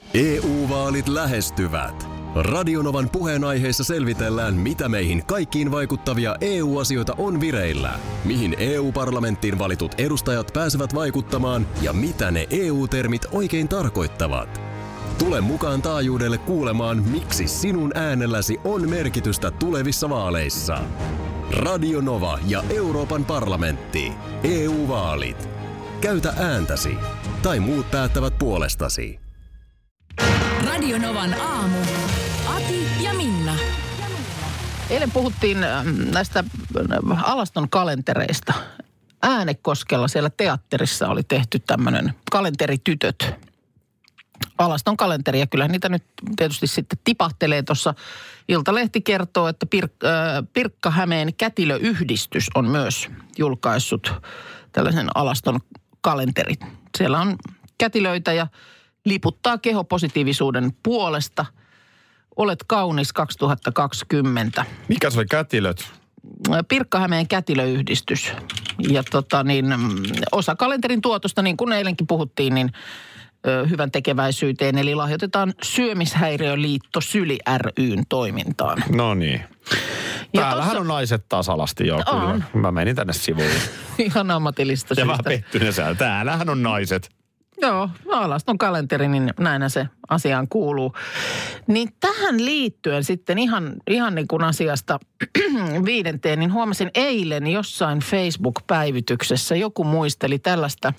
EU-vaalit lähestyvät. Radionovan puheenaiheessa selvitellään, mitä meihin kaikkiin vaikuttavia EU-asioita on vireillä, mihin EU-parlamenttiin valitut edustajat pääsevät vaikuttamaan ja mitä ne EU-termit oikein tarkoittavat. Tule mukaan taajuudelle kuulemaan, miksi sinun äänelläsi on merkitystä tulevissa vaaleissa. Radio Nova ja Euroopan parlamentti. EU-vaalit. Käytä ääntäsi. Tai muut päättävät puolestasi. Radio Novan aamu. Ati ja Minna. Eilen puhuttiin näistä Alaston kalentereista. Äänekoskella siellä teatterissa oli tehty tämmöinen kalenteritytöt. Alaston kalenteri, ja kyllähän niitä nyt tietysti sitten tipahtelee tuossa. Iltalehti kertoo, että Pirkka-Hämeen kätilöyhdistys on myös julkaissut tällaisen Alaston kalenterin. Siellä on kätilöitä ja liputtaa kehopositiivisuuden puolesta. Olet kaunis 2020. Mikä se oli kätilöt? Pirkka-Hämeen kätilöyhdistys. Ja osa kalenterin tuotosta, niin kuin eilenkin puhuttiin, niin hyvän tekeväisyyteen. Eli lahjoitetaan Syömishäiriöliitto Syli ry:n toimintaan. No niin. Täällähän on naiset taas alasti jo kyllä. Mä menin tänne sivuun. Ihan ammatillista syystä. Ja vähän pettynyt sä. Täällähän on naiset. Joo, Alaston kalenteri, niin näinä se asiaan kuuluu. Niin tähän liittyen sitten ihan niin kuin asiasta 5, niin huomasin eilen jossain Facebook-päivityksessä, joku muisteli tällaista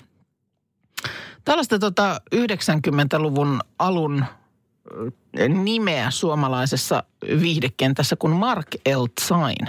90-luvun alun nimeä suomalaisessa viihdekentässä kuin Mark L. Zain.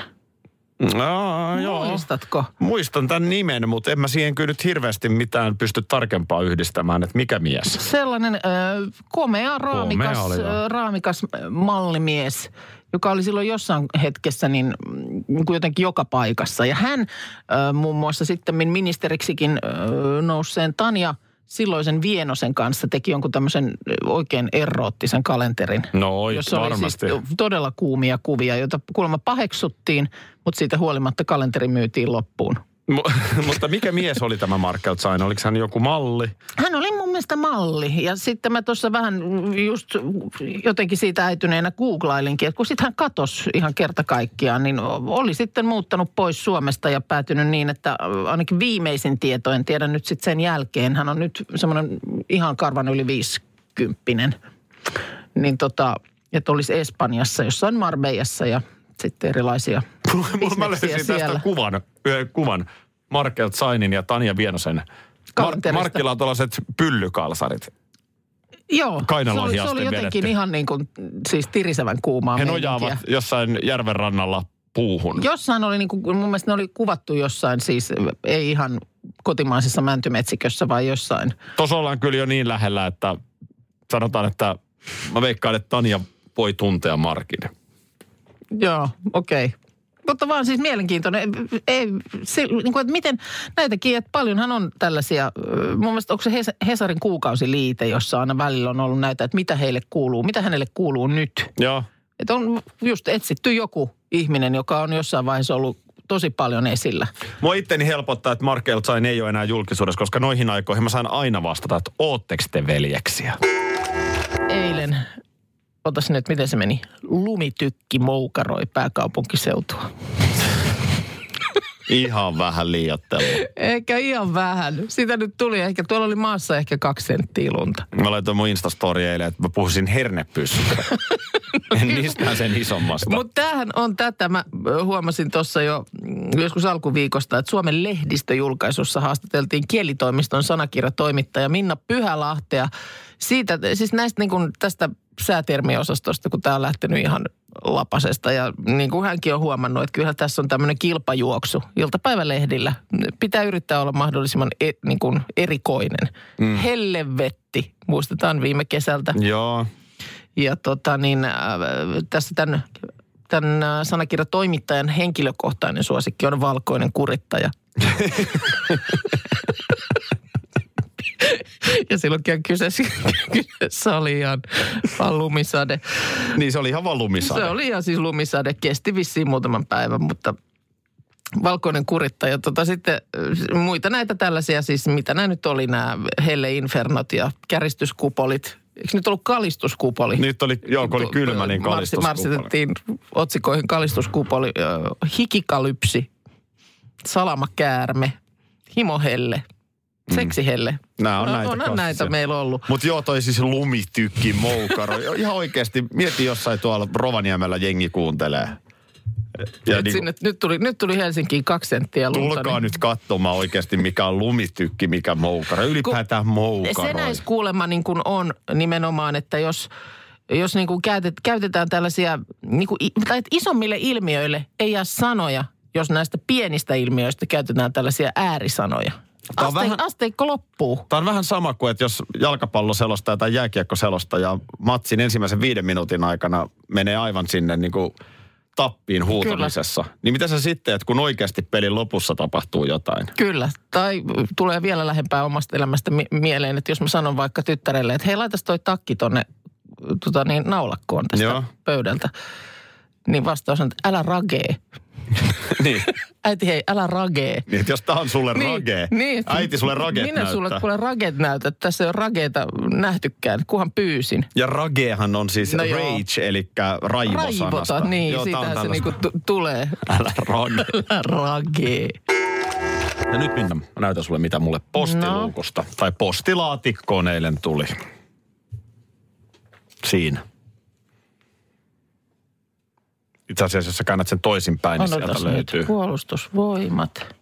Joo. Muistatko? Muistan tämän nimen, mutta en mä siihen kyllä nyt hirveästi mitään pysty tarkempaa yhdistämään, että mikä mies. Sellainen komea, raamikas mallimies, joka oli silloin jossain hetkessä niin kuin jotenkin joka paikassa. Ja hän muun muassa sitten ministeriksikin nousseen Tanja silloisen Vienosen kanssa teki jonkun tämmöisen oikein eroottisen kalenterin. No jossa varmasti. Oli siis todella kuumia kuvia, joita kuulemma paheksuttiin, mutta siitä huolimatta kalenteri myytiin loppuun. Mutta mikä mies oli tämä Mark L. Zain? Oliko hän joku malli? Hän oli mun mielestä malli. Ja sitten mä tuossa vähän just jotenkin siitä äityneenä googlailinkin, että kun sitten hän katosi ihan kerta kaikkiaan, niin oli sitten muuttanut pois Suomesta ja päätynyt niin, että ainakin viimeisin tieto, en tiedä nyt sitten sen jälkeen, hän on nyt semmoinen ihan karvan yli 50. Niin että olisi Espanjassa, jossain Marbellassa ja sitten erilaisia Mä löysin tästä kuvan Mark L. Zainin ja Tanja Vienosen. Markilla on tuollaiset pyllykalsarit. Joo, Kainalonhiasten se oli jotenkin vedetty. ihan niin kuin siis tirisevän kuumaa He meininkiä. nojaavat jossain järven rannalla puuhun. Jossain oli niin kuin, mun mielestä ne oli kuvattu jossain siis, ei ihan kotimaisessa mäntymetsikössä, vaan jossain. Tuossa ollaan kyllä jo niin lähellä, että sanotaan, että mä veikkaan, että Tanja voi tuntea Markin. Joo, okei. Mutta vaan siis mielenkiintoinen. Niin kuin, että miten näitäkin, että paljonhan on tällaisia, mun mielestä onko se Hesarin kuukausiliite, jossa aina välillä on ollut näitä, että mitä heille kuuluu, mitä hänelle kuuluu nyt. Joo. Että on just etsitty joku ihminen, joka on jossain vaiheessa ollut tosi paljon esillä. Mua itteni helpottaa, että Mark L. Zain ei ole enää julkisuudessa, koska noihin aikoihin mä sain aina vastata, että ootteko te veljeksiä? Eilen, otas nyt, miten se meni, lumitykki moukaroi pääkaupunkiseutua. Ihan vähän liioittelua. Eikä ihan vähän. Sitä nyt tuli ehkä, tuolla oli maassa ehkä 2 senttiä lunta. Mä laitoin mun Instastory eilen, että mä puhuisin hernepyssystä. En mistään sen isommasta. Mutta tämähän on tätä, mä huomasin tuossa jo joskus alkuviikosta, että Suomen lehdistöjulkaisussa haastateltiin kielitoimiston sanakirjatoimittaja Minna Pyhälahtea. Siitä, siis näistä niin kuin tästä säätermiosastosta, kun tämä on lähtenyt ihan lapasesta. Ja niin kuin hänkin on huomannut, että kyllähän tässä on tämmöinen kilpajuoksu iltapäivälehdillä. Pitää yrittää olla mahdollisimman niin kuin erikoinen. Hellevetti, muistetaan viime kesältä. Joo. Ja tässä tämän sanakirjatoimittajan henkilökohtainen suosikki on valkoinen kurittaja. Ja silloinkin kyseessä oli ihan lumisade. Niin se oli ihan vaan lumisade. Se oli ihan siis lumisade. Kesti vissiin muutaman päivän, mutta valkoinen kurittaja. Sitten muita näitä tällaisia siis, mitä nämä nyt oli, nämä helleinfernot ja käristyskupolit Eikö nyt ollut kalistuskupoli? Nyt oli, kun oli kylmä, niin kalistuskupoli. Marssitettiin otsikoihin kalistuskupoli, hikikalypsi, salamakäärme, himohelle, seksihelle. Nämä on näitä Onhan näitä meillä ollut. Mutta joo, toi siis lumitykki, moukaro. Ihan oikeasti, mieti jossain tuolla Rovaniemellä jengi kuuntelee. Ja nyt tuli Helsinkiin 2 senttiä lunta. Tulkaa nyt katsomaan oikeasti, mikä on lumitykki, mikä moukaro. Ylipäätään moukaro. Se näissä kuulemma niin kuin on nimenomaan, että jos niin kuin käytetään tällaisia, niin kuin, tai isommille ilmiöille ei jää sanoja, jos näistä pienistä ilmiöistä käytetään tällaisia äärisanoja. Asteikko loppuu. Tämä on vähän sama kuin, että jos jalkapalloselostaja tai jääkiekkoselostaja matsin ensimmäisen 5 minuutin aikana menee aivan sinne niin kuin tappiin huutamisessa. Kyllä. Niin mitä sä sitten, että kun oikeasti pelin lopussa tapahtuu jotain? Kyllä. Tai tulee vielä lähempää omasta elämästä mieleen, että jos mä sanon vaikka tyttärelle, että hei, laitas toi takki tonne naulakkoon tästä pöydältä. Niin vastaus on, että älä ragee. Niin. Äiti, hei, älä ragee. Niin, että jos tää on sulle ragee. Niin, äiti sulle rageet näyttää. Minä sulle kuule rageet näytät. Tässä ei ole rageeta nähtykään, kunhan pyysin. Ja rageehan on siis rage, eli raivosanasta. Niin, siitähän se niinku tulee. Älä ragee. Älä ragee. Ja nyt Minna, mä näytän sulle, mitä mulle postiluukusta tai postilaatikkoon eilen tuli. Siinä. Itse asiassa, jos sä käännät sen toisinpäin, niin sieltä löytyy. Nyt puolustusvoimat.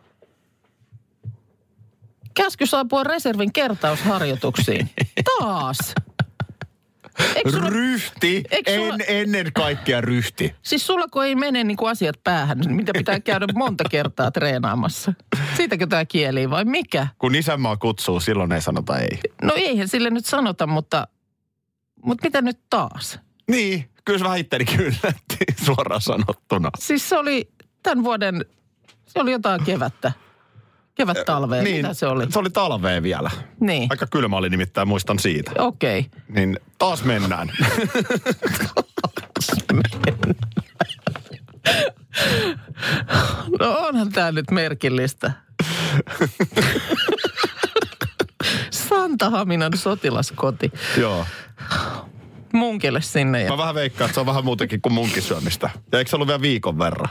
Käsky saapua reservin kertausharjoituksiin. Taas. Ryhti. Ennen kaikkea ryhti. Siis sulla kun ei mene niin kuin asiat päähän, niin mitä pitää käydä monta kertaa treenaamassa? Siitäkö tämä kieli vai mikä? Kun isänmaa kutsuu, silloin ei sanota ei. No eihän sille nyt sanota, mutta mitä nyt taas? Niin. Kyllä se vähän ittenikin yllätti, suoraan sanottuna. Siis se oli tämän vuoden, se oli jotain kevättä. Kevät-talvea, niin, mitä se oli? Se oli talvea vielä. Niin. Aika kylmä oli nimittäin, muistan siitä. Okei. Okay. Niin taas mennään. No onhan tää nyt merkillistä. Santahaminan sotilaskoti. Joo. Munkille sinne. Mä vähän veikkaan, että se on vähän muutenkin kuin munkisyömistä. Ja eikö se ollut vielä viikon verran?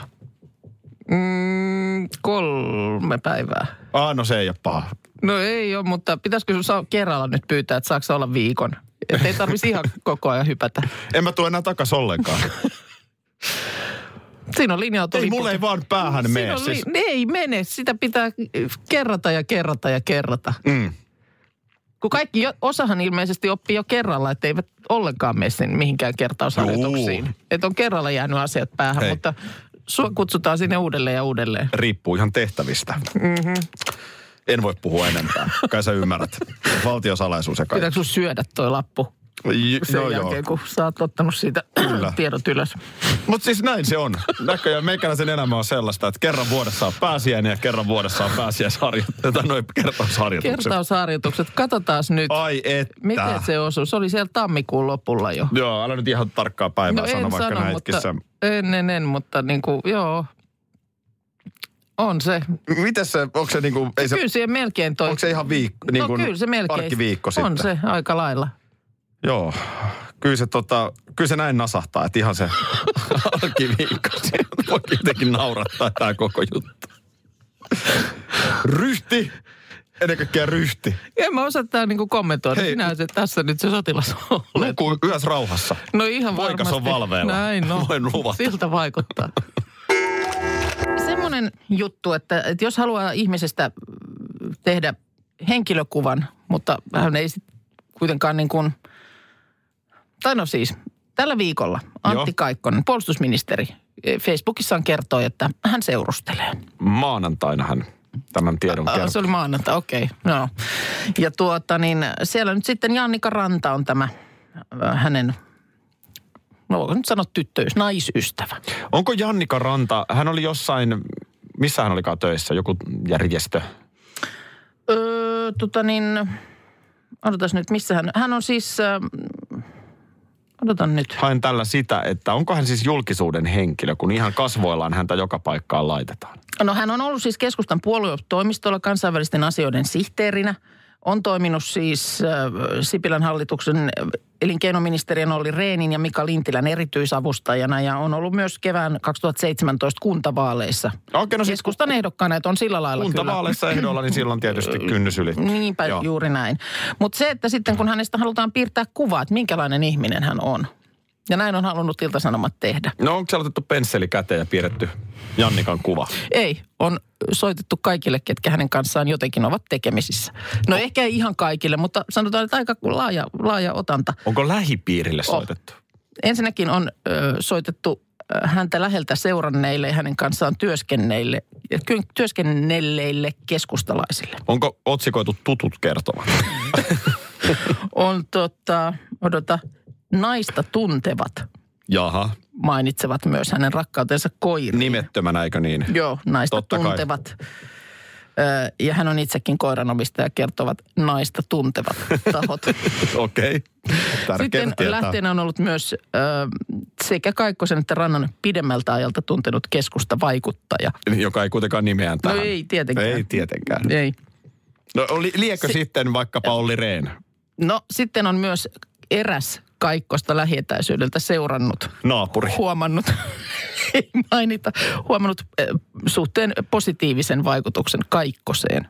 3 päivää. No se ei ole paha. No ei ole, mutta pitäisikö sun kerralla nyt pyytää, että saako olla viikon? Että ei tarvitsisi ihan koko ajan hypätä. En mä tule enää takas ollenkaan. Siinä on linja-autoliput. Ei, mulle ei vaan päähän mene. Ei mene, sitä pitää kerrata ja kerrata ja kerrata. Kun kaikki, osahan ilmeisesti oppii jo kerralla, että eivät ollenkaan mene mihinkään kertausharjoituksiin. Että on kerralla jäänyt asiat päähän, mutta sua kutsutaan sinne uudelleen ja uudelleen. Riippuu ihan tehtävistä. Mm-hmm. En voi puhua enempää. Kai sä ymmärrät. Valtiosalaisuus ja kaikki. Pitääkö sun syödä toi lappu? Sen jälkeen, kun sä oot ottanut siitä tiedot ylös. Mutta siis näin se on. Näköjään meikäläisen elämä on sellaista, että kerran vuodessa on pääsiäinen ja kerran vuodessa on kertausharjoitukset. Kertausharjoitukset. Katsotaan nyt. Ai että. Miten se osuu? Se oli siellä tammikuun lopulla jo. Joo, älä nyt ihan tarkkaa päivää sano, vaikka näin hetkissä. En, mutta niinku, joo. On se. Mites se, onko se niinku... Kyllä se melkein toi. Onko se ihan viikko? Niin kuin kyllä se melkein. Arkkiviikko sitten. On se aika lailla. Joo. Kyllä se näin nasahtaa, että ihan se arkiviikko. Voi jotenkin naurattaa tämä koko juttu. Ryhti. Ennen kaikkea ryhti. En mä osaa tää niinku kommentoida. Sinä se tässä nyt se sotilas on. Nuku yhdessä rauhassa. No ihan varmasti. Poikas on valveilla. Näin, no. Voin luvata. Siltä vaikuttaa. Semmoinen juttu, että jos haluaa ihmisestä tehdä henkilökuvan, mutta hän ei sitten kuitenkaan niin kuin... Tai no siis, tällä viikolla Antti Kaikkonen, puolustusministeri, Facebookissaan kertoi, että hän seurustelee. Maanantaina hän tämän tiedon kertoi. Se oli maanantai, okei. No. Ja siellä nyt sitten Jannika Ranta on tämä hänen, no voiko nyt sanoa naisystävä. Onko Jannika Ranta, hän oli jossain, missä hän olikaan töissä, joku järjestö? Odotas nyt, missä hän on siis... Odotan nyt. Haen tällä sitä, että onko hän siis julkisuuden henkilö, kun ihan kasvoillaan häntä joka paikkaan laitetaan? No hän on ollut siis keskustan puoluetoimistolla kansainvälisten asioiden sihteerinä. on toiminut siis Sipilän hallituksen elinkeinoministeriön Olli Rehnin ja Mika Lintilän erityisavustajana ja on ollut myös kevään 2017 kuntavaaleissa. Okei, no Keskustan ehdokkaana, että on sillä lailla kuntavaaleissa ehdolla, niin silloin tietysti kynnys yli. Niinpä, joo. Juuri näin. Mutta se, että sitten kun hänestä halutaan piirtää kuvaa, että minkälainen ihminen hän on. Ja näin on halunnut Ilta-Sanomat tehdä. No onko siellä otettu pensseli käteen ja piirretty Jannikan kuva? Ei, on soitettu kaikille, ketkä hänen kanssaan jotenkin ovat tekemisissä. No ehkä ei ihan kaikille, mutta sanotaan, että aika laaja otanta. Onko lähipiirille soitettu? Ensinnäkin on soitettu häntä läheltä seuranneille ja hänen kanssaan työskennelleille keskustalaisille. Onko otsikoitu tutut kertovat? On naista tuntevat. Jaha. Mainitsevat myös hänen rakkautensa koiriin. Nimettömänä, eikö niin? Joo, naista Totta tuntevat. Ja hän on itsekin koiranomistaja, kertovat naista tuntevat tahot. Okei. Tärkeää Sitten tietää. lähteenä on ollut myös sekä Kaikkosen että Rannan pidemmältä ajalta tuntenut keskustavaikuttaja. Joka ei kuitenkaan nimeään tähän. No ei tietenkään. Ei tietenkään. Ei. No liekö sitten vaikkapa Olli Rehn? No sitten on myös eräs Kaikkosta lähietäisyydeltä seurannut. Naapuri. Huomannut, ei mainita, huomannut suhteen positiivisen vaikutuksen Kaikkoseen.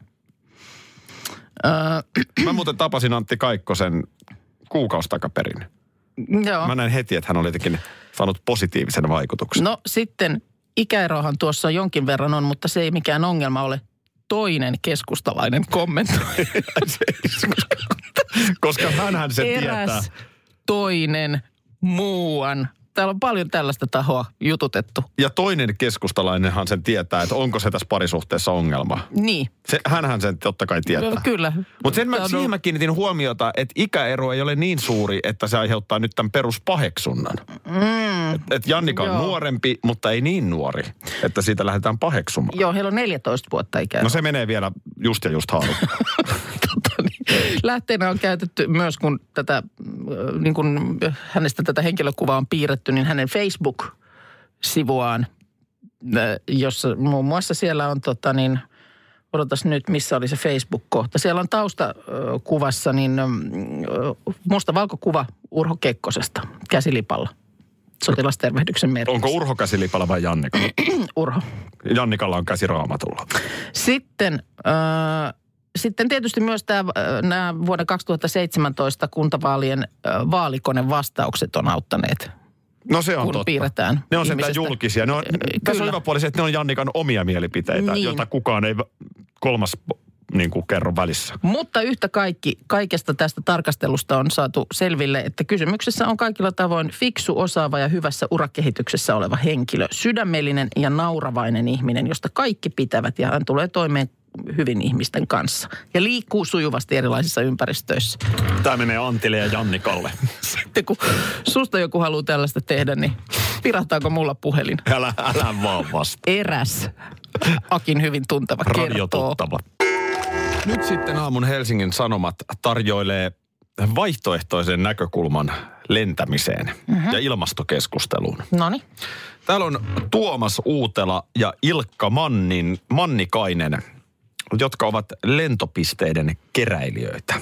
Mä muuten tapasin Antti Kaikkosen kuukausi takaperin. Joo. Mä näin heti, että hän oli jotenkin saanut positiivisen vaikutuksen. No sitten ikäerohan tuossa jonkin verran on, mutta se ei mikään ongelma ole. Toinen keskustalainen kommentoi. Koska hänhän se tietää. Eräs toinen muuan. Täällä on paljon tällaista tahoa jututettu. Ja toinen keskustalainenhan sen tietää, että onko se tässä parisuhteessa ongelma. Niin. Hänhän sen totta kai tietää. No, kyllä. Mutta siihen mä kiinnitin huomiota, että ikäero ei ole niin suuri, että se aiheuttaa nyt tämän peruspaheksunnan. Että Jannika on nuorempi, mutta ei niin nuori, että siitä lähdetään paheksumaan. Joo, heillä on 14 vuotta ikää. No se menee vielä just haarukkaan. Lähteenä on käytetty myös, kun tätä, niin kun hänestä tätä henkilökuvaa on piirretty, niin hänen Facebook-sivuaan, jossa muun muassa siellä on odotas nyt, missä oli se Facebook-kohta. Siellä on taustakuvassa niin musta-valkokuva Urho Kekkosesta käsilipalla. Sotilastervehdyksen merkissä. Onko Urho käsilipalla vai Jannika? Urho. Jannikalla on käsi raamatulla. Sitten tietysti myös nämä vuoden 2017 kuntavaalien vaalikonevastaukset on auttaneet. No se on kun totta. Piirretään ne on sentään julkisia. Tässä on hyvä puoli se, että ne on Jannikan omia mielipiteitä, niin, jota kukaan ei kolmas kerro välissä. Mutta yhtä kaikesta tästä tarkastelusta on saatu selville, että kysymyksessä on kaikilla tavoin fiksu, osaava ja hyvässä urakehityksessä oleva henkilö. Sydämellinen ja nauravainen ihminen, josta kaikki pitävät ja hän tulee toimeen hyvin ihmisten kanssa. Ja liikkuu sujuvasti erilaisissa ympäristöissä. Tämä menee Antille ja Jannikalle. Sitten kun susta joku haluaa tällaista tehdä, niin pirahtaako mulla puhelin? Älä vaan vasta. Eräs Akin hyvin tunteva kertoo. Radiotuttava. Nyt sitten aamun Helsingin Sanomat tarjoilee vaihtoehtoisen näkökulman lentämiseen ja ilmastokeskusteluun. Noniin. Täällä on Tuomas Uutela ja Ilkka Mannikainen, jotka ovat lentopisteiden keräilijöitä.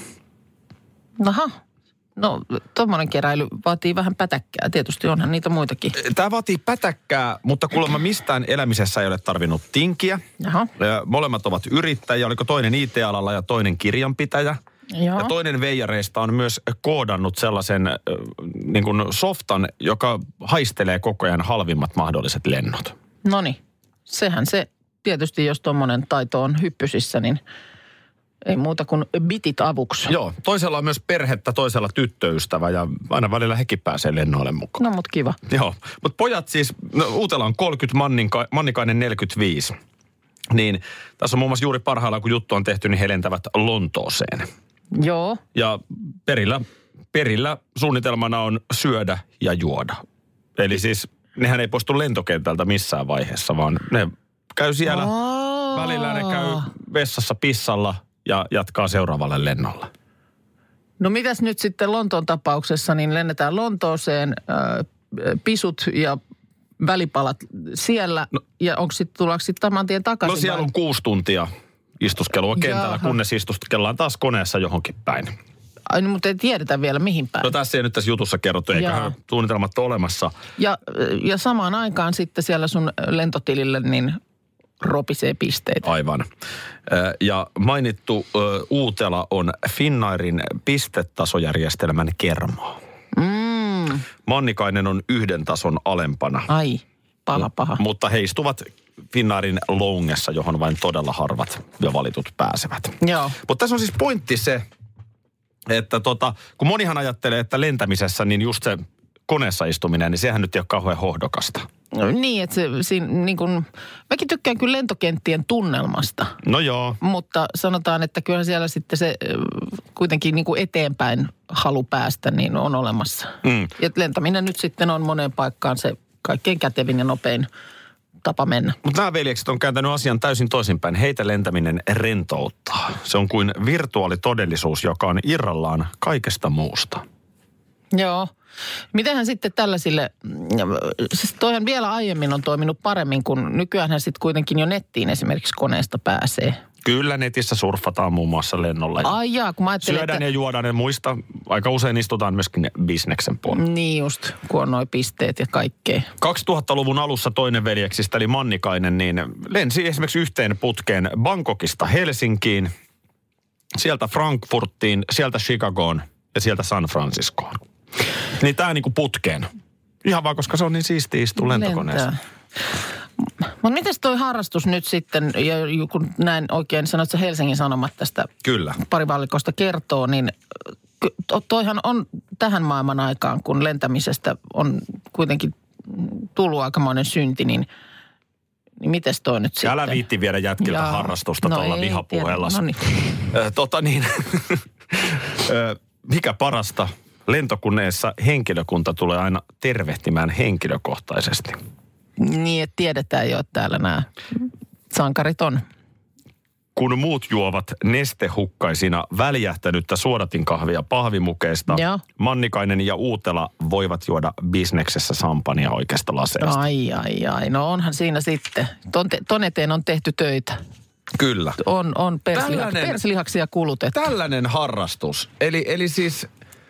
Aha. No, tuommoinen keräily vaatii vähän pätäkkää. Tietysti onhan niitä muitakin. Tämä vaatii pätäkkää, mutta kuulemma mistään elämisessä ei ole tarvinnut tinkiä. Jaha. Molemmat ovat yrittäjiä. Oliko toinen IT-alalla ja toinen kirjanpitäjä? Joo. Ja toinen veijareista on myös koodannut sellaisen niin kuin softan, joka haistelee koko ajan halvimmat mahdolliset lennot. Noniin. Sehän se tietysti, jos tuommoinen taito on hyppysissä, niin ei muuta kuin bitit avuksi. Joo, toisella on myös perhettä, toisella tyttöystävä ja aina välillä hekin pääsee lennoille mukaan. No mut kiva. Joo, mutta pojat siis, Uutela on 30, Mannikainen 45. Niin tässä on muun muassa juuri parhaillaan, kun juttu on tehty, niin he lentävät Lontooseen. Joo. Ja perillä suunnitelmana on syödä ja juoda. Eli siis nehän ei poistu lentokentältä missään vaiheessa, vaan ne käy siellä. Välillä ne käy vessassa pissalla ja jatkaa seuraavalle lennolla. No mitäs nyt sitten Lontoon tapauksessa, niin lennetään Lontooseen, pisut ja välipalat siellä. No, ja tullaanko sitten saman tien takaisin? No siellä on 6 tuntia istuskelua kentällä, kunnes istuskellaan taas koneessa johonkin päin. Ai, mutta ei tiedetä vielä mihin päin. No tässä ei nyt tässä jutussa kerrottu, eiköhän suunnitelmat ole olemassa. Ja samaan aikaan sitten siellä sun lentotilille niin ropisee pisteitä. Aivan. Ja mainittu Uutela on Finnairin pistetasojärjestelmän kermaa. Mannikainen on 1 tason alempana. Ai, paha. Mutta he istuvat Finnairin loungessa, johon vain todella harvat ja valitut pääsevät. Joo. Mutta tässä on siis pointti se, että kun monihan ajattelee, että lentämisessä niin just se koneessa istuminen, niin sehän nyt ei ole kauhean hohdokasta. No niin, että siinä niin kuin, mäkin tykkään kyllä lentokenttien tunnelmasta. No joo. Mutta sanotaan, että kyllä siellä sitten se kuitenkin niin kuin eteenpäin halu päästä, niin on olemassa. Ja lentäminen nyt sitten on moneen paikkaan se kaikkein kätevin ja nopein tapa mennä. Mutta nämä veljekset on kääntänyt asian täysin toisinpäin. Heitä lentäminen rentouttaa. Se on kuin virtuaalitodellisuus, joka on irrallaan kaikesta muusta. Joo. Mitenhän sitten tällaisille, siis toihan vielä aiemmin on toiminut paremmin, kun nykyäänhän sitten kuitenkin jo nettiin esimerkiksi koneesta pääsee. Kyllä, netissä surffataan muun muassa lennolla. Ai jaa, kun mä ajattelin, syödään ja juodaan ja muista. Aika usein istutaan myöskin bisneksen puolella. Niin just, kun on noi pisteet ja kaikkea. 2000-luvun alussa toinen veljeksistä, eli Mannikainen, niin lensi esimerkiksi yhteen putkeen Bangkokista Helsinkiin, sieltä Frankfurtiin, sieltä Chicagoon ja sieltä San Franciscoon. Niin tää niinku putkeen. Ihan vaan, koska se on niin siistiä istua lentokoneessa. Mutta mites toi harrastus nyt sitten, ja kun näin oikein sanoit, että Helsingin Sanomat tästä Kyllä. parivallikosta kertoo, niin toihan on tähän maailman aikaan, kun lentämisestä on kuitenkin tullut aikamoinen synti, niin mites toi nyt sitten? Älä viitti viedä jätkiltä harrastusta tuolla vihapuheella. No niin. Mikä parasta? Lentokoneessa henkilökunta tulee aina tervehtimään henkilökohtaisesti. Niin, että tiedetään jo, että täällä nämä sankarit on. Kun muut juovat nestehukkaisina väljähtänyttä suodatinkahvia pahvimukeista, Mannikainen ja Uutela voivat juoda bisneksessä sampania oikeasta laseesta. Ai. No onhan siinä sitten. Ton eteen on tehty töitä. Kyllä. On perslihaksia kulutettu. Tällainen harrastus. Eli siis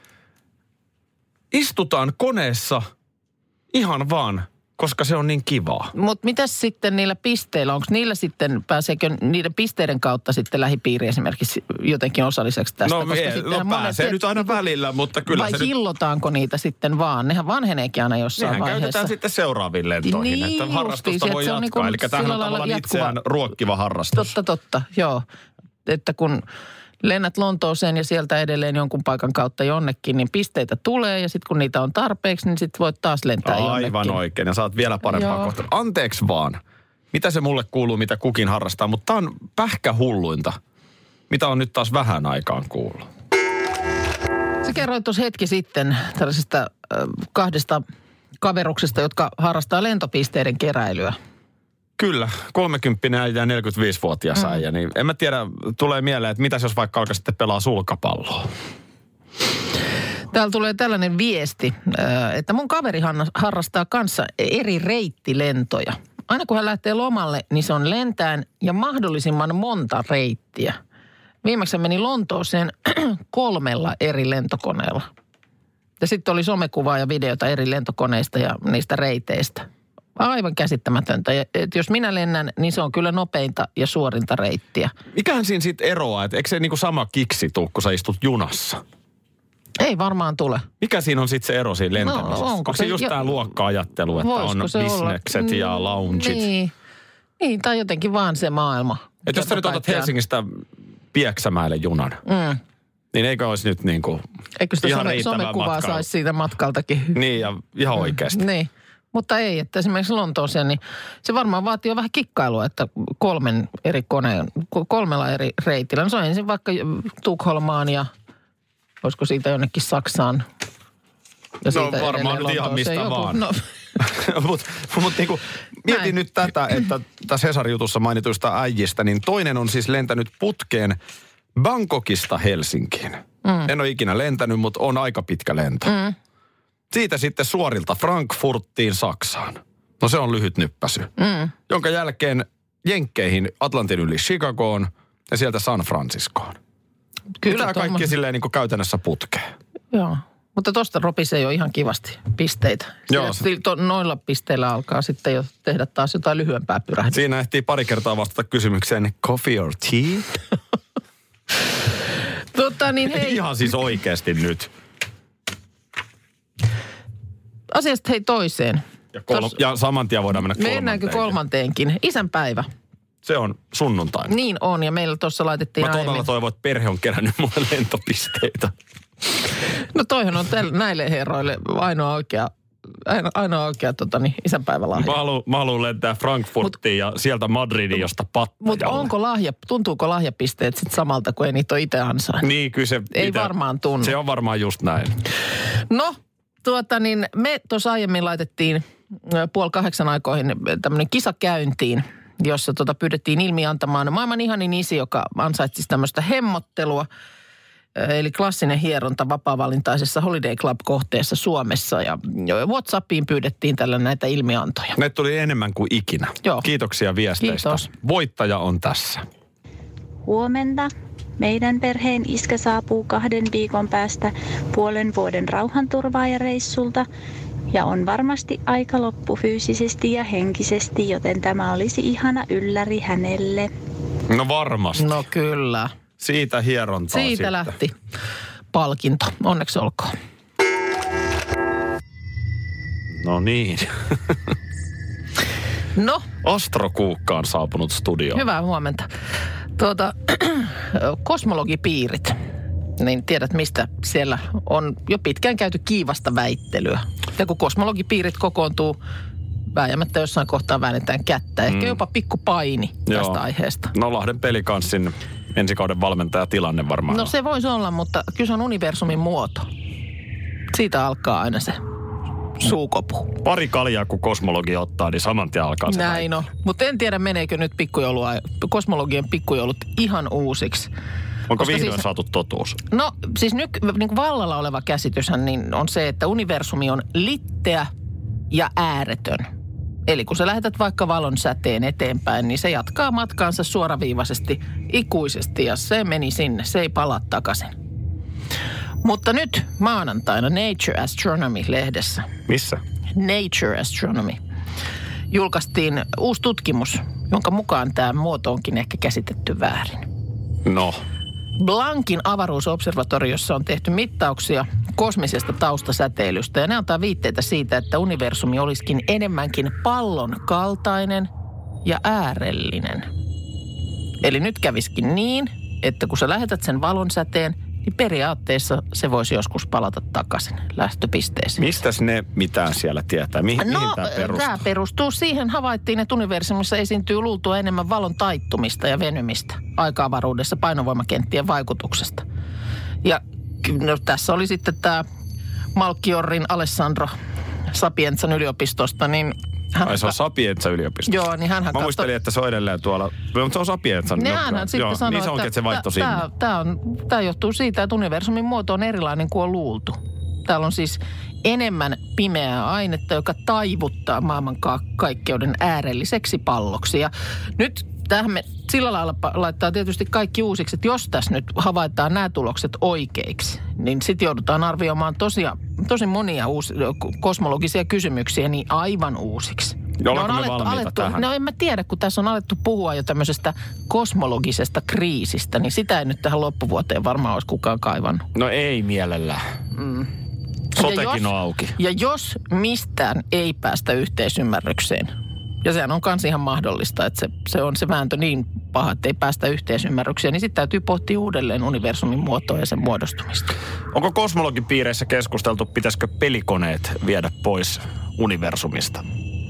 istutaan koneessa ihan vaan, koska se on niin kivaa. Mutta mitäs sitten niillä pisteillä? Onko niillä sitten, pääseekö niiden pisteiden kautta sitten lähipiiri esimerkiksi jotenkin osalliseksi tästä? Pääsee nyt aina välillä, mutta kyllä vai se hillotaanko niitä sitten vaan? Nehän vanheneekin aina jossain vaiheessa. Nehän käytetään sitten seuraaviin lentoihin, niin, että harrastusta voi jatkaa. Niin eli tämähän on tavallaan itseään ruokkiva harrastus. Totta, joo. Että kun lennät Lontooseen ja sieltä edelleen jonkun paikan kautta jonnekin, niin pisteitä tulee ja sitten kun niitä on tarpeeksi, niin sitten voit taas lentää jonnekin. Aivan oikein ja saat vielä parempaa kohtaa. Anteeksi vaan, mitä se mulle kuuluu, mitä kukin harrastaa, mutta tää on pähkähulluinta, mitä on nyt taas vähän aikaan kuullut. Sä kerroit tuossa hetki sitten tällaisesta 2 kaveruksesta, jotka harrastaa lentopisteiden keräilyä. Kyllä, 30 äijä ja 45-vuotias äijä, niin en mä tiedä, tulee mieleen, että mitäs jos vaikka alkaa sitten pelaa sulkapalloa. Täällä tulee tällainen viesti, että mun kaveri harrastaa kanssa eri reittilentoja. Aina kun hän lähtee lomalle, niin se on lentäen ja mahdollisimman monta reittiä. Viimeksi meni Lontooseen 3 eri lentokoneella. Ja sitten oli somekuvaa ja videota eri lentokoneista ja niistä reiteistä. Aivan käsittämätöntä. Ja, jos minä lennän, niin se on kyllä nopeinta ja suorinta reittiä. Mikähän siinä sitten eroaa? Eikö se niinku sama kiksi tuu, kun sä istut junassa? Ei varmaan tule. Mikä siinä on sitten se ero siinä lentämisessä? No, onko se just tämä luokka-ajattelu, että on bisnekset ja loungeit? Niin, tai jotenkin vaan se maailma. Että jos sä nyt otat Helsingistä Pieksämäelle junan, niin eikö olisi nyt niinku eikö sitä ihan riittävää somekuvaa saisi siitä matkaltakin? Niin, ja ihan oikeasti. Niin. Mutta ei, että esimerkiksi Lontooseen, niin se varmaan vaatii jo vähän kikkailua, että 3 eri reitillä. No se on ensin vaikka Tukholmaan ja olisiko siitä jonnekin Saksaan. Ja no varmaan nyt ihan mistä joku, vaan. No. Mutta niinku, mietin nyt tätä, että tässä Hesari-jutussa mainituista äijistä, niin toinen on siis lentänyt putkeen Bangkokista Helsinkiin. En ole ikinä lentänyt, mutta on aika pitkä lento. Siitä sitten suorilta Frankfurtiin Saksaan. No se on lyhyt nyppäsy. Jonka jälkeen Jenkkeihin Atlantin yli Chicagoon, ja sieltä San Franciscoon. Kyllä. Mitä kaikki silleen niin kuin käytännössä putkeen. Joo. Mutta tuosta ropisee jo ihan kivasti pisteitä. Joo. Noilla pisteillä alkaa sitten jo tehdä taas jotain lyhyempää pyrähdystä. Siinä ehtii pari kertaa vastata kysymykseen, coffee or tea? Hei. Ihan siis oikeasti nyt. Asiasta hei toiseen. Ja saman tien voidaan mennä Mennäänkö kolmanteenkin? Isänpäivä. Se on sunnuntaina. Niin on, ja meillä tuossa laitettiin Mä todella toivon, että perhe on kerännyt mulle lentopisteitä. No toihan on näille herroille ainoa oikea isänpäivälahja. Mä haluan lentää Frankfurtiin ja sieltä Madridiin, josta Pattajalle. Mutta tuntuuko lahjapisteet sitten samalta, kun ei niitä ole itse ansainnut? Niin, kyllä se... Ei varmaan tunnu. Se on varmaan just näin. No, me tuossa aiemmin laitettiin 7:30 aikoihin tämmöinen kisa käyntiin, jossa pyydettiin ilmi antamaan maailman ihanin isi, joka ansaitsi tämmöistä hemmottelua. Eli klassinen hieronta vapaa-valintaisessa Holiday Club-kohteessa Suomessa. Ja WhatsAppiin pyydettiin tällä näitä ilmiantoja. Ne tuli enemmän kuin ikinä. Joo. Kiitoksia viesteistä. Kiitos. Voittaja on tässä. Huomenta. Meidän perheen iskä saapuu 2 viikon päästä 5 vuoden rauhanturvaajareissulta. Ja on varmasti aika loppu fyysisesti ja henkisesti, joten tämä olisi ihana ylläri hänelle. No varmasti. No kyllä. Siitä hierontaa Siitä sitten. lähti palkinto. Onneksi olkoon. No niin. No. Astrokuukka on saapunut studioon. Hyvää huomenta. Kosmologipiirit. Niin tiedät, mistä siellä on jo pitkään käyty kiivasta väittelyä. Ja kun kosmologipiirit kokoontuu, vääjäämättä jossain kohtaa väännetään kättä. Ehkä jopa pikku paini tästä aiheesta. No Lahden Pelikanssin ensikauden valmentajatilanne varmaan. No se voisi olla, mutta kyllä se on universumin muoto. Siitä alkaa aina se suukopu. Pari kaljaa, kun kosmologi ottaa, niin saman tien alkaa se. Näin on. Mutta en tiedä, meneekö nyt kosmologien pikkujoulut ihan uusiksi. Onko vihdoin saatu totuus? No siis nyt niin vallalla oleva käsityshän niin on se, että universumi on litteä ja ääretön. Eli kun sä lähetät vaikka valon säteen eteenpäin, niin se jatkaa matkaansa suoraviivaisesti ikuisesti ja se meni sinne. Se ei palaa takaisin. Mutta nyt maanantaina Nature Astronomy-lehdessä. Missä? Nature Astronomy. Julkaistiin uusi tutkimus, jonka mukaan tämä muoto onkin ehkä käsitetty väärin. No. Blancin avaruusobservatoriossa on tehty mittauksia kosmisesta taustasäteilystä ja ne antaa viitteitä siitä, että universumi olisikin enemmänkin pallon kaltainen ja äärellinen. Eli nyt käviskin niin, että kun sä lähetät sen valonsäteen, niin periaatteessa se voisi joskus palata takaisin lähtöpisteeseen. Mistäs ne mitään siellä tietää? Mihin tämä perustuu? Tämä perustuu siihen. Havaittiin, että universumissa esiintyy luultua enemmän valon taittumista ja venymistä aika-avaruudessa painovoimakenttien vaikutuksesta. Ja no, tässä oli sitten tämä Malchiorrin Alessandro Sapienzan yliopistosta, niin ai se on Sapienza yliopisto. Joo, niin hänhän mä muistelin, että se on edelleen tuolla. Mutta se on Sapienza. Niin hänhän sitten sanoi, niin se onkin, että se vaihtoi sinne. Tämä johtuu siitä, että universumin muoto on erilainen kuin on luultu. Täällä on siis enemmän pimeää ainetta, joka taivuttaa maailmankaikkeuden äärelliseksi palloksi. Ja nyt tähän me sillä lailla laittaa tietysti kaikki uusiksi, että jos tässä nyt havaitaan nämä tulokset oikeiksi, niin sitten joudutaan arvioimaan tosi monia kosmologisia kysymyksiä niin aivan uusiksi. Ollaanko me valmiita tähän? No en mä tiedä, kun tässä on alettu puhua jo tämmöisestä kosmologisesta kriisistä, niin sitä ei nyt tähän loppuvuoteen varmaan olisi kukaan kaivannut. No ei mielellään. Sotekin on auki. Ja jos mistään ei päästä yhteisymmärrykseen, ja sehän on kans ihan mahdollista, että se on se vääntö niin paha, että ei päästä yhteisymmärrykseen, niin sitten täytyy pohtia uudelleen universumin muotoa ja sen muodostumista. Onko kosmologipiireissä keskusteltu, pitäisikö pelikoneet viedä pois universumista?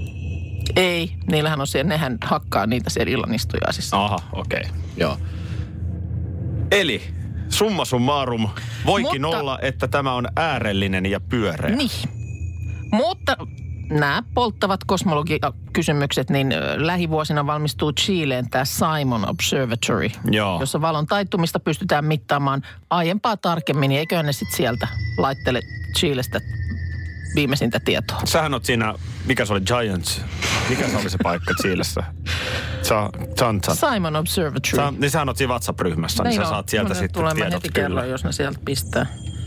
Ei, niillähän on siellä, nehän hakkaa niitä siellä illanistujaisissa. Aha, okei. Joo. Eli summa summarum voikin olla, että tämä on äärellinen ja pyöreä. Niin. Mutta nämä polttavat kosmologikysymykset, niin lähivuosina valmistuu Chileen tämä Simon Observatory, jossa valon taittumista pystytään mittaamaan aiempaa tarkemmin, niin eiköhän ne sitten sieltä laittele Chilestä viimeisintä tietoa. Sähän oot siinä, mikä se oli, Giants? Mikä se oli se paikka Chilessä? Simon Observatory. Niin sä oot siinä WhatsApp-ryhmässä, niin sä saat sieltä sitten tulee, tiedot. Mä heti kerron, jos ne sieltä pistää.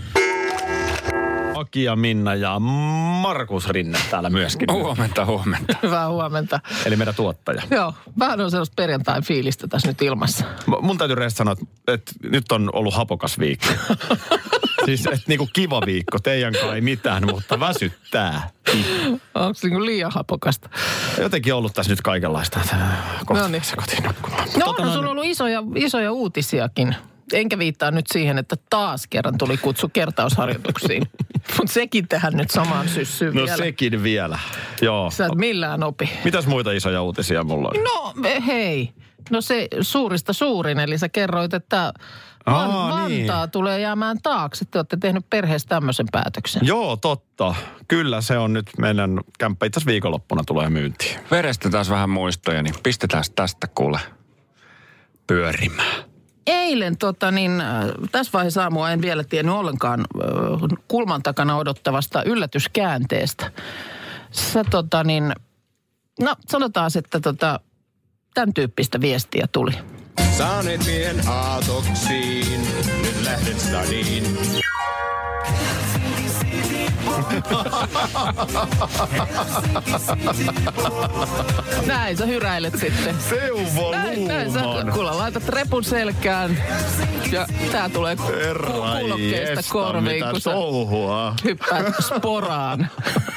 Aki ja Minna ja Markus Rinne täällä myöskin. Huomenta. Hyvää huomenta. Eli meidän tuottaja. Joo, vähän on sellaista perjantai-fiilistä tässä nyt ilmassa. Mun täytyy reistä sanoa, että nyt on ollut hapokas viikko. Siis niinku kiva viikko, teidän kai ei mitään, mutta väsyttää. Onko se niinku liian hapokasta? Jotenkin ollut tässä nyt kaikenlaista. Kohta niin. se kotiin nukkumaan. No on sulla ollut isoja uutisiakin. Enkä viittaa nyt siihen, että taas kerran tuli kutsu kertausharjoituksiin. Mutta sekin tähän nyt samaan syssyyn vielä. No sekin vielä, joo. Sä et millään opi. Mitäs muita isoja uutisia mulla on? No hei, no se suurista suurin, eli sä kerroit, että Vantaa tulee jäämään taakse. Te olette tehnyt perheessä tämmöisen päätöksen. Joo, totta. Kyllä se on nyt meidän kämppä. Itse asiassa viikonloppuna tulee myyntiin. Verestetään vähän muistoja, niin pistetään tästä kuule pyörimään. Eilen tässä vaiheessa aamua en vielä tiennyt ollenkaan kulman takana odottavasta yllätyskäänteestä. Sä no sanotaan, että tämän tyyppistä viestiä tuli. Saaneet miehen aatoksiin, nyt lähden stadiin. Näin sä hyräilet sitten. Näin sä kuule laitat repun selkään ja tää tulee kuulokkeista korviin, kun sä hyppäät sporaan.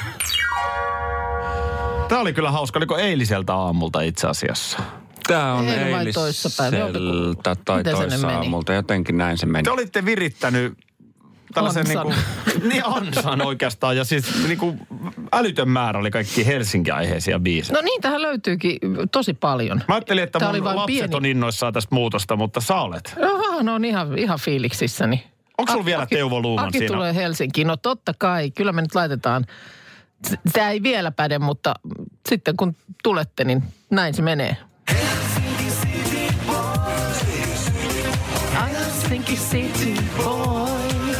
Tää oli kyllä hauska. Oliko eiliseltä aamulta itse asiassa? Tää on eiliseltä tai toissa-aamulta. Jotenkin näin se meni. Te olitte virittänyt tällaisen niin ansan oikeastaan. Ja siis niinku älytön määrä oli kaikki Helsinki-aiheisia biisejä. No niin, tähän löytyykin tosi paljon. Mä ajattelin, että mun lapset on innoissaan tästä muutosta, mutta sä olet. No on ihan fiiliksissäni. Onko sulla vielä Teuvo Luuman siinä? Aki tulee Helsinkiin. No totta kai. Kyllä me nyt laitetaan. Tämä ei vielä päde, mutta sitten kun tulette, niin näin se menee. Helsinki City Boy.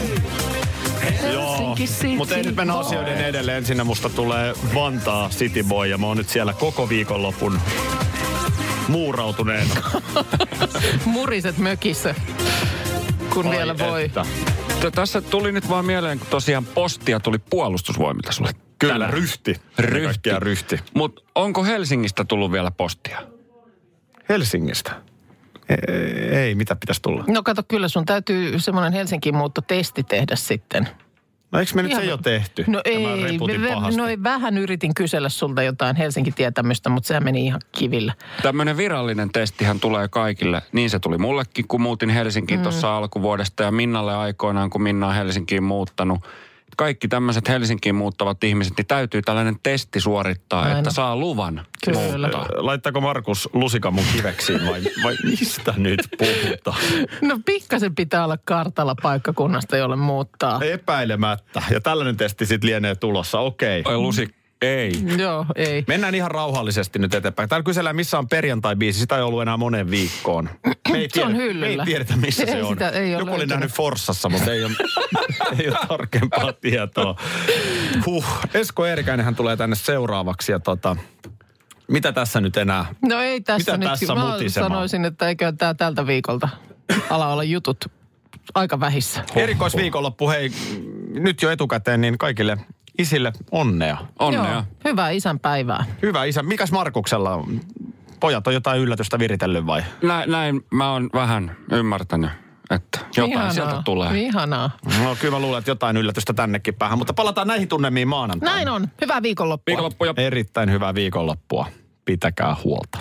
Joo, mutta ei nyt mennä asioiden edelleen. Ensinnä musta tulee Vantaa City Boy ja mä oon nyt siellä koko viikonlopun muurautuneena. Muriset mökissä, kun vielä voi. Tässä tuli nyt vaan mieleen, kun tosiaan postia tuli Puolustusvoimilta sulle. Kyllä, ryhti. Mutta onko Helsingistä tullut vielä postia? Helsingistä? Ei, mitä pitäisi tulla? No kato, kyllä sun täytyy semmoinen Helsinkiin muuttotesti tehdä sitten. No eikö me nyt se jo tehty? No ei, vähän yritin kysellä sulta jotain Helsinki-tietämystä, mutta sehän meni ihan kivillä. Tämmöinen virallinen testihän tulee kaikille. Niin se tuli mullekin, kun muutin Helsinkiin tuossa alkuvuodesta ja Minnalle aikoinaan, kun Minna on Helsinkiin muuttanut. Kaikki tämmöiset Helsinkiin muuttavat ihmiset, niin täytyy tällainen testi suorittaa, aina, että saa luvan. Kyllä. Laittaako Markus lusikan mun kiveksiin vai mistä nyt puhutaan? No pikkasen pitää olla kartalla paikkakunnasta, jolle muuttaa. Epäilemättä. Ja tällainen testi sitten lienee tulossa. Okei. Ei. Joo, ei. Mennään ihan rauhallisesti nyt eteenpäin. Täällä kysellään, missä on perjantai-biisi. Sitä ei ollut enää moneen viikkoon. Se on hyllyllä. Me ei tiedetä, missä se on. Joku oli nähnyt Forssassa, mutta ei ole tarkempaa tietoa. Esko Eerikäinenhän tulee tänne seuraavaksi. Ja mitä tässä nyt enää? No ei tässä mitä nyt. Tässä mä mutisemaan? Sanoisin, että eikö tämä tältä viikolta ala olla jutut aika vähissä. Erikoisviikonloppu, hei, nyt jo etukäteen, niin kaikille isille onnea. Joo, hyvää isänpäivää. Hyvä isä. Mikäs Markuksella on? Pojat on jotain yllätystä viritellyt vai? Näin mä oon vähän ymmärtänyt, että jotain sieltä tulee. Ihanaa. No kyllä mä luulen, että jotain yllätystä tännekin päähän, mutta palataan näihin tunnelmiin maanantaina. Näin on. Hyvää viikonloppua. Erittäin hyvää viikonloppua. Pitäkää huolta.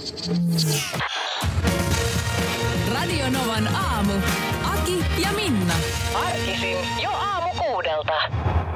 Radio Novan aamu. Aki ja Minna. Arkisin jo aamu 6:00.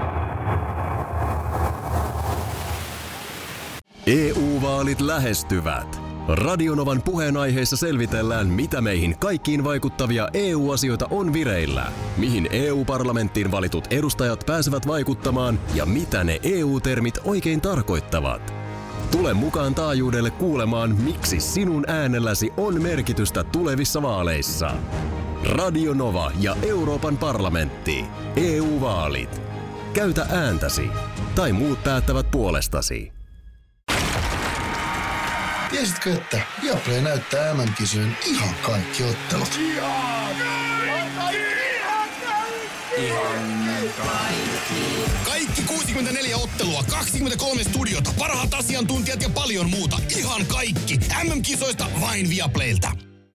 EU-vaalit lähestyvät. Radionovan puheenaiheessa selvitellään, mitä meihin kaikkiin vaikuttavia EU-asioita on vireillä, mihin EU-parlamenttiin valitut edustajat pääsevät vaikuttamaan ja mitä ne EU-termit oikein tarkoittavat. Tule mukaan taajuudelle kuulemaan, miksi sinun äänelläsi on merkitystä tulevissa vaaleissa. Radio Nova ja Euroopan parlamentti. EU-vaalit. Käytä ääntäsi. Tai muut päättävät puolestasi. Tiesitkö, että Viaplay näyttää MM-kisojen ihan kaikki ottelut? Kaikki 64 ottelua, 23 studiota, parhaat asiantuntijat ja paljon muuta. Ihan kaikki. MM-kisoista vain Viaplaylta.